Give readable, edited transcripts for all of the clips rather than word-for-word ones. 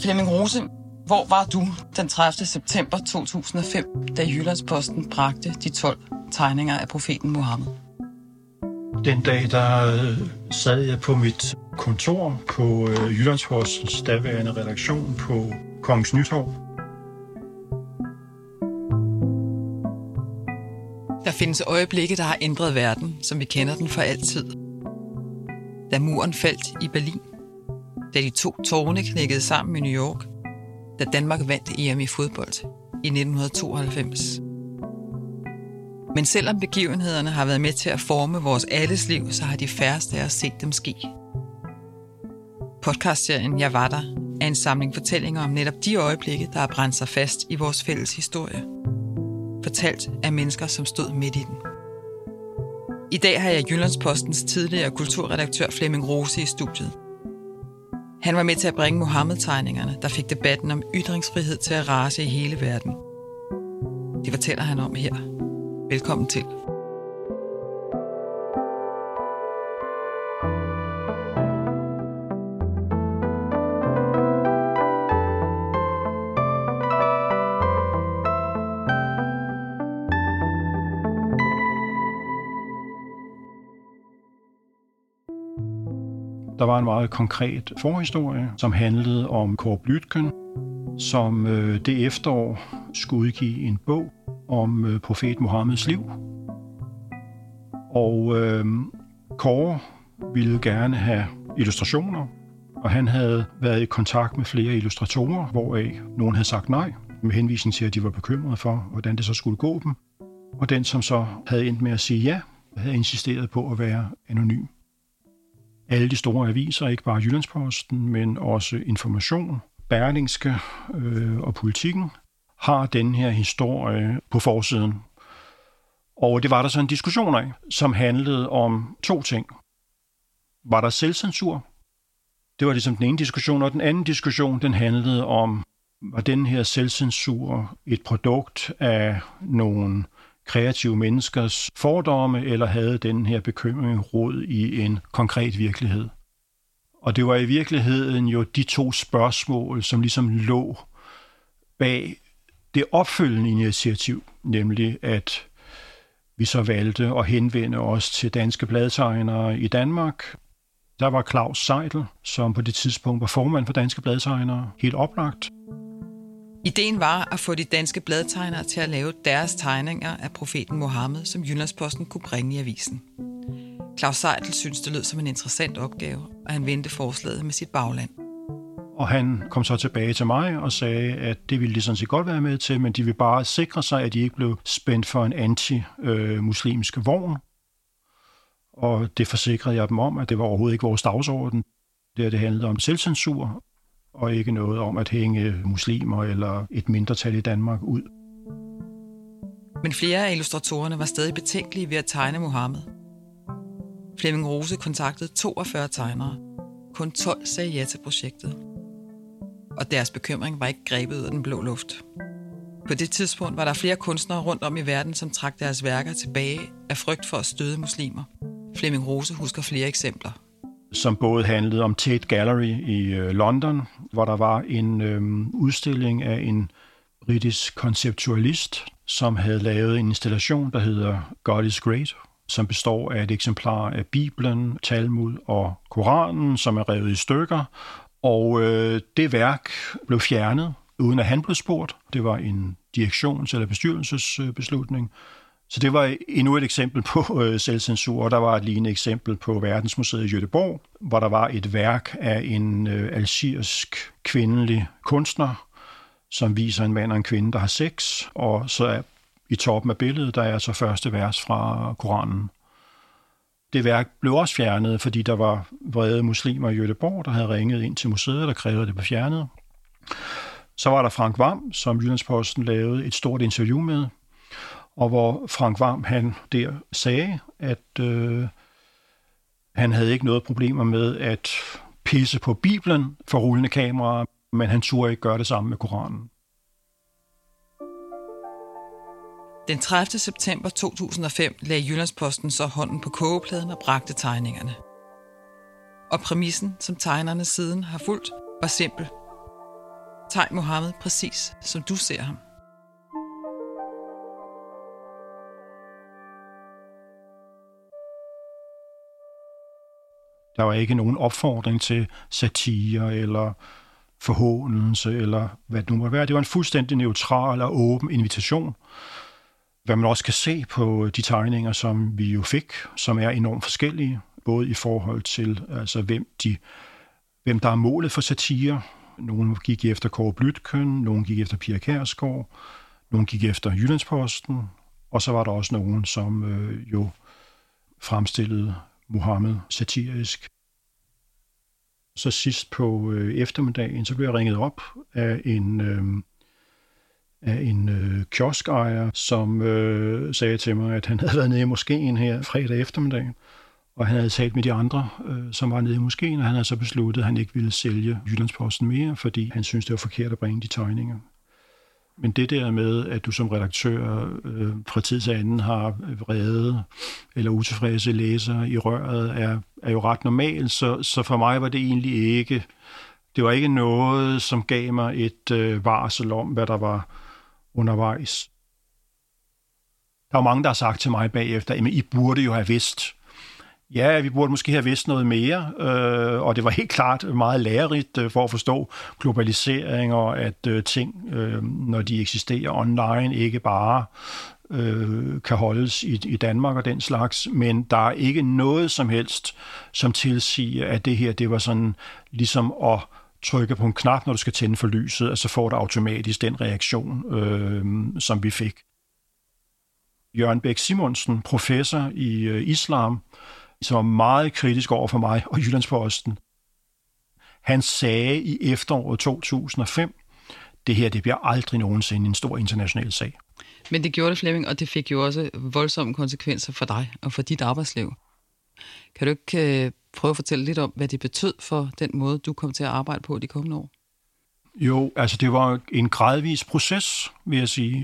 Flemming Rose, hvor var du den 30. september 2005, da Jyllands-Posten bragte de 12 tegninger af profeten Muhammed? Den dag, der sad jeg på mit kontor på Jyllands-Postens daværende redaktion på Kongens Nytorv. Der findes øjeblikke, der har ændret verden, som vi kender den for altid. Da muren faldt i Berlin, da de 2 tårne knækkede sammen i New York, da Danmark vandt EM i fodbold i 1992. Men selvom begivenhederne har været med til at forme vores alles liv, så har de færreste af os set dem ske. Podcastserien Jeg var der er en samling fortællinger om netop de øjeblikke, der har brændt sig fast i vores fælles historie. Fortalt af mennesker, som stod midt i den. I dag har jeg Jyllands-Postens tidligere kulturredaktør Flemming Rose i studiet. Han var med til at bringe Muhammed-tegningerne, der fik debatten om ytringsfrihed til at rase i hele verden. Det fortæller han om her. Velkommen til. Der var en meget konkret forhistorie, som handlede om Kåre Blytgen, som det efterår skulle udgive en bog om profet Muhammeds liv. Og Kåre ville gerne have illustrationer, og han havde været i kontakt med flere illustratorer, hvoraf nogen havde sagt nej, med henvisning til, at de var bekymrede for, hvordan det så skulle gå dem. Og den, som så havde endt med at sige ja, havde insisteret på at være anonym. Alle de store aviser, ikke bare Jyllands-Posten, men også Information, Berlingske og Politikken, har den her historie på forsiden. Og det var der så en diskussion af, som handlede om 2 ting. Var der selvcensur? Det var ligesom den ene diskussion, og den anden diskussion, den handlede om, var den her selvcensur et produkt af nogle kreative menneskers fordomme, eller havde den her bekymring rod i en konkret virkelighed? Og det var i virkeligheden jo de 2 spørgsmål, som ligesom lå bag det opfølgende initiativ, nemlig at vi så valgte at henvende os til danske bladtegnere i Danmark. Der var Claus Seidel, som på det tidspunkt var formand for Danske Bladtegnere, helt oplagt. Ideen var at få de danske bladtegnere til at lave deres tegninger af profeten Muhammed, som Jyllands-Posten kunne bringe i avisen. Claus Seidel syntes, det lød som en interessant opgave, og han vendte forslaget med sit bagland. Og han kom så tilbage til mig og sagde, at det ville de sådan set godt være med til, men de ville bare sikre sig, at de ikke blev spændt for en anti-muslimsk vogn. Og det forsikrede jeg dem om, at det var overhovedet ikke vores dagsorden. Det handlede om selvcensur, og ikke noget om at hænge muslimer eller et mindretal i Danmark ud. Men flere af illustratorerne var stadig betænkelige ved at tegne Muhammed. Flemming Rose kontaktede 42 tegnere. Kun 12 sagde ja til projektet. Og deres bekymring var ikke grebet ud af den blå luft. På det tidspunkt var der flere kunstnere rundt om i verden, som trak deres værker tilbage af frygt for at støde muslimer. Flemming Rose husker flere eksempler. Som både handlede om Tate Gallery i London, hvor der var en udstilling af en britisk konceptualist, som havde lavet en installation, der hedder God is Great, som består af et eksemplar af Bibelen, Talmud og Koranen, som er revet i stykker. Og det værk blev fjernet, uden at han blev spurgt. Det var en direktions- eller bestyrelsesbeslutning. Så det var endnu et eksempel på selvcensur, og der var et lignende eksempel på Verdensmuseet i Göteborg, hvor der var et værk af en algerisk kvindelig kunstner, som viser en mand og en kvinde, der har sex, og så er i toppen af billedet, der er så første vers fra Koranen. Det værk blev også fjernet, fordi der var vrede muslimer i Göteborg, der havde ringet ind til museet, der krævede, at det blev fjernet. Så var der Frank Hvam, som Jyllands-Posten lavede et stort interview med, og hvor Frank Hvam, han der sagde, at han havde ikke noget problemer med at pisse på Bibelen for rullende kameraer, men han turde ikke gøre det samme med Koranen. Den 30. september 2005 lagde Jyllands-Posten så hånden på kogepladen og bragte tegningerne. Og præmissen, som tegnerne siden har fulgt, var simpel. Tegn Mohammed præcis, som du ser ham. Der var ikke nogen opfordring til satire eller forhånelse, eller hvad det nu måtte være. Det var en fuldstændig neutral og åben invitation. Hvad man også kan se på de tegninger, som vi jo fik, som er enormt forskellige, både i forhold til, altså, hvem der er målet for satire. Nogle gik efter Kåre Blytken, nogle gik efter Pia Kjærsgaard, nogle gik efter Jyllandsposten, og så var der også nogen, som jo fremstillede Mohammed satirisk. Så sidst på eftermiddagen, så blev jeg ringet op af en kioskejer, som sagde til mig, at han havde været nede i moskeen her fredag eftermiddag, og han havde talt med de andre, som var nede i moskeen, og han havde så besluttet, at han ikke ville sælge Jyllandsposten mere, fordi han syntes, det var forkert at bringe de tegninger. Men det der med, at du som redaktør fra tid til anden har vrede eller utilfredse læsere i røret, er jo ret normalt, så for mig var det egentlig ikke, det var ikke noget, som gav mig et varsel om, hvad der var undervejs. Der er mange, der har sagt til mig bagefter, at I burde jo have vidst. Ja, vi burde måske have vidst noget mere, og det var helt klart meget lærerigt for at forstå globalisering og at ting, når de eksisterer online, ikke bare kan holdes i Danmark og den slags, men der er ikke noget som helst, som tilsiger, at det her, det var sådan ligesom at trykke på en knap, når du skal tænde for lyset, og så får du automatisk den reaktion, som vi fik. Jørgen Bæk Simonsen, professor i islam, som var meget kritisk over for mig og Jyllandsposten. Han sagde i efteråret 2005, det her, det bliver aldrig nogensinde en stor international sag. Men det gjorde det, Flemming, og det fik jo også voldsomme konsekvenser for dig og for dit arbejdsliv. Kan du ikke prøve at fortælle lidt om, hvad det betød for den måde, du kom til at arbejde på de kommende år? Jo, altså det var en gradvis proces, vil jeg sige.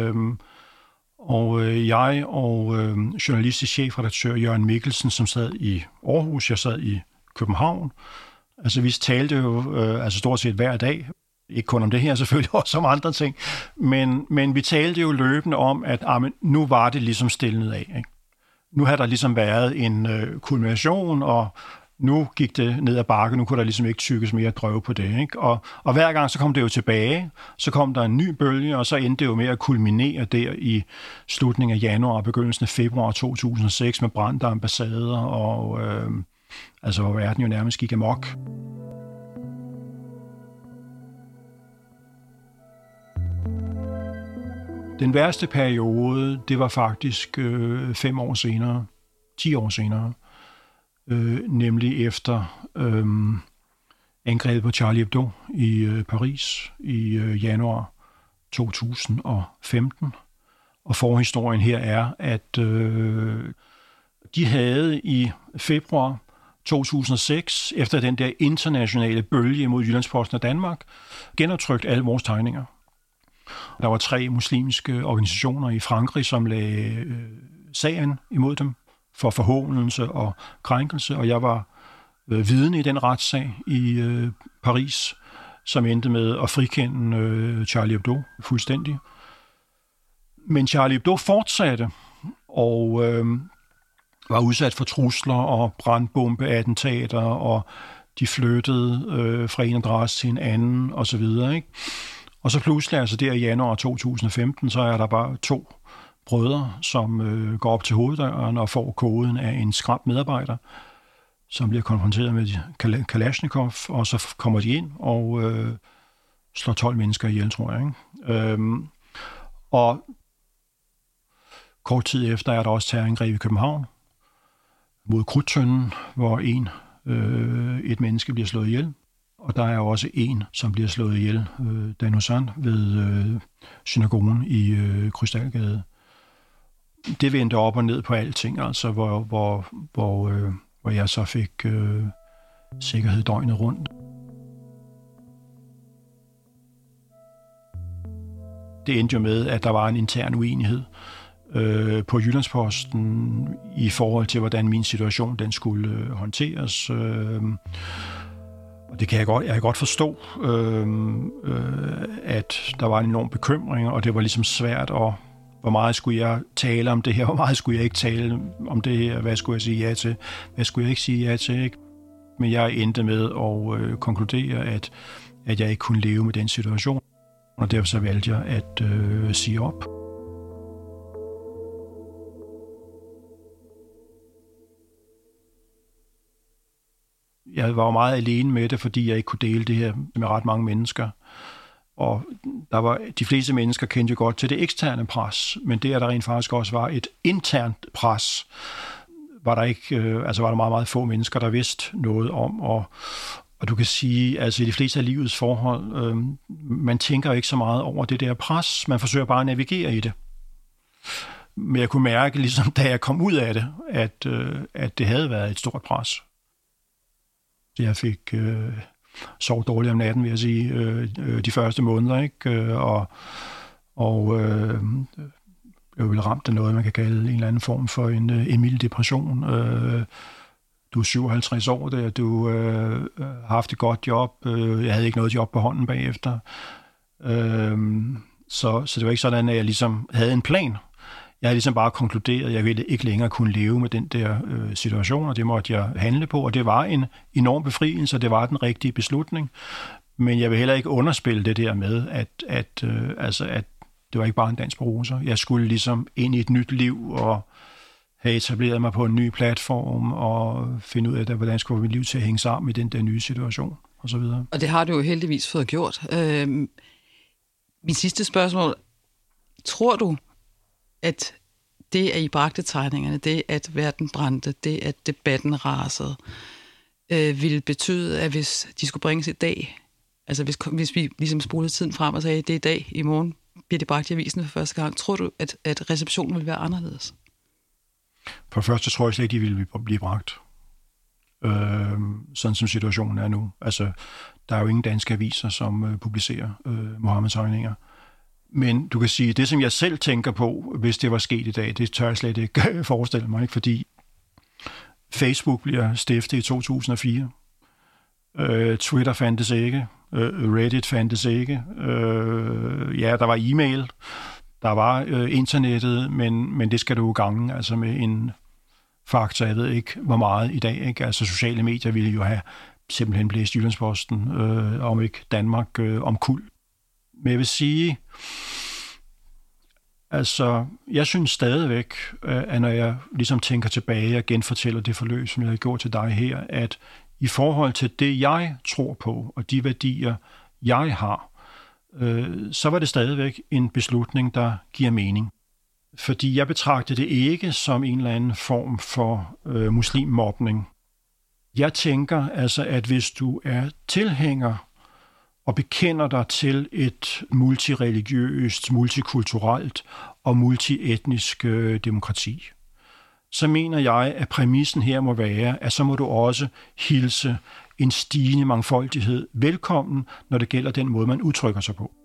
Og jeg og journalistisk chefredaktør Jørgen Mikkelsen, som sad i Aarhus, jeg sad i København. Altså vi talte jo stort set hver dag. Ikke kun om det her, selvfølgelig også om andre ting. Men vi talte jo løbende om, at nu var det ligesom stillet af. Ikke? Nu havde der ligesom været en kulmination, og nu gik det ned ad bakke, nu kunne der ligesom ikke tykkes mere drøve på det. Ikke? Og hver gang så kom det jo tilbage, så kom der en ny bølge, og så endte det jo med at kulminere der i slutningen af januar og begyndelsen af februar 2006 med brændte ambassader, og hvor verden jo nærmest gik amok. Den værste periode, det var faktisk 5 år senere, 10 år senere, nemlig efter angrebet på Charlie Hebdo i Paris i januar 2015. Og forhistorien her er, at de havde i februar 2006, efter den der internationale bølge mod Jyllandsposten og Danmark, genoptrykt alle vores tegninger. Der var 3 muslimske organisationer i Frankrig, som lagde sagen imod dem for forhånelse og krænkelse, og jeg var vidne i den retssag i Paris, som endte med at frikende Charlie Hebdo fuldstændig. Men Charlie Hebdo fortsatte og var udsat for trusler og brandbombeattentater, og de flyttede fra en adresse til en anden osv., ikke? Og så pludselig, altså der i januar 2015, så er der bare 2 brødre, som går op til hoveddøren og får koden af en skræmt medarbejder, som bliver konfronteret med Kalashnikov, og så kommer de ind og slår 12 mennesker ihjel, tror jeg. Ikke? Og kort tid efter er der også terrorangreb i København mod Krudttønden, hvor et menneske bliver slået ihjel. Og der er også en, som bliver slået ihjel, Dan Uzan, ved synagogen i Krystalgade. Det vendte op og ned på alting, altså, hvor jeg så fik sikkerhed døgnet rundt. Det endte jo med, at der var en intern uenighed på Jyllandsposten i forhold til, hvordan min situation den skulle håndteres. Og det kan jeg kan godt forstå, at der var en enorm bekymring, og det var ligesom svært at, hvor meget skulle jeg tale om det her, hvor meget skulle jeg ikke tale om det her, hvad skulle jeg sige ja til, hvad skulle jeg ikke sige ja til, ikke? Men jeg endte med at konkludere, at jeg ikke kunne leve med den situation, og derfor så valgte jeg at sige op. Jeg var meget alene med det, fordi jeg ikke kunne dele det her med ret mange mennesker. Og de fleste mennesker kendte jo godt til det eksterne pres, men det, at der rent faktisk også var et internt pres, var der meget, meget få mennesker, der vidste noget om. Og du kan sige, altså i de fleste af livets forhold, man tænker ikke så meget over det der pres, man forsøger bare at navigere i det. Men jeg kunne mærke, ligesom da jeg kom ud af det, at det havde været et stort pres. Jeg fik sovet dårligt om natten, vil jeg sige, de første måneder, ikke? Og blev vel ramt af noget, man kan kalde en eller anden form for en mild depression. Du er 57 år, du har haft et godt job. Jeg havde ikke noget job på hånden bagefter. Så det var ikke sådan, at jeg ligesom havde en plan. Jeg havde ligesom bare konkluderet, at jeg ville ikke længere kunne leve med den der situation, og det måtte jeg handle på, og det var en enorm befrielse, og det var den rigtige beslutning. Men jeg vil heller ikke underspille det der med, at det var ikke bare en dans på roser. Jeg skulle ligesom ind i et nyt liv og have etableret mig på en ny platform og finde ud af, hvordan skulle mit liv til at hænge sammen i den der nye situation og så videre. Og det har du jo heldigvis fået gjort. Min sidste spørgsmål. Tror du, at det, at I bragte tegningerne, det, at verden brændte, det, at debatten rasede, ville betyde, at hvis de skulle bringes i dag, altså hvis vi ligesom spolede tiden frem og sagde, det er i dag, i morgen bliver det bragt i avisen for første gang, tror du, at receptionen ville være anderledes? For det første tror jeg slet ikke, de ville blive bragt. Sådan som situationen er nu. Altså, der er jo ingen danske aviser, som publicerer Muhammed-tegninger. Men du kan sige, det som jeg selv tænker på, hvis det var sket i dag, det tør jeg slet ikke forestille mig, ikke? Fordi Facebook bliver stiftet i 2004. Twitter fandtes ikke. Reddit fandtes ikke. Der var e-mail. Der var internettet, men det skal du jo gange altså med en faktor, jeg ved ikke hvor meget i dag. Ikke? Altså sociale medier ville jo have simpelthen blæst Jyllandsposten, om ikke Danmark, omkuld. Men jeg vil sige, altså, jeg synes stadigvæk, at når jeg ligesom tænker tilbage og genfortæller det forløb, som jeg har gjort til dig her, at i forhold til det, jeg tror på, og de værdier, jeg har, så var det stadigvæk en beslutning, der giver mening. Fordi jeg betragter det ikke som en eller anden form for muslimmobning. Jeg tænker altså, at hvis du er tilhænger og bekender dig til et multireligiøst, multikulturelt og multietnisk demokrati, så mener jeg, at præmissen her må være, at så må du også hilse en stigende mangfoldighed velkommen, når det gælder den måde, man udtrykker sig på.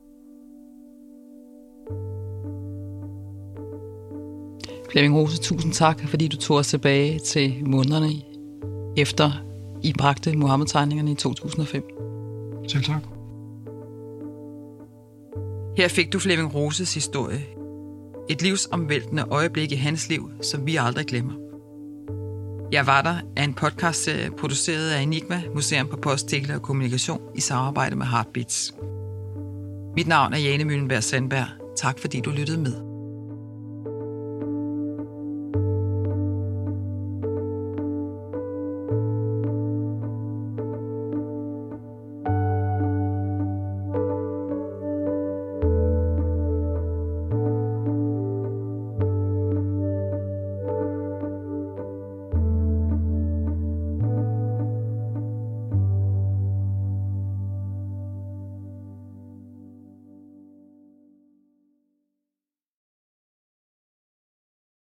Flemming Rose, tusind tak, fordi du tog os tilbage til månederne efter I bragte Muhammed-tegningerne i 2005. Selv tak. Her fik du Flemming Roses historie. Et livsomvæltende øjeblik i hans liv, som vi aldrig glemmer. Jeg var der er en podcastserie produceret af Enigma, Museum for Post, Tele og Kommunikation i samarbejde med Heartbeats. Mit navn er Jane Møllenberg Sandberg. Tak fordi du lyttede med.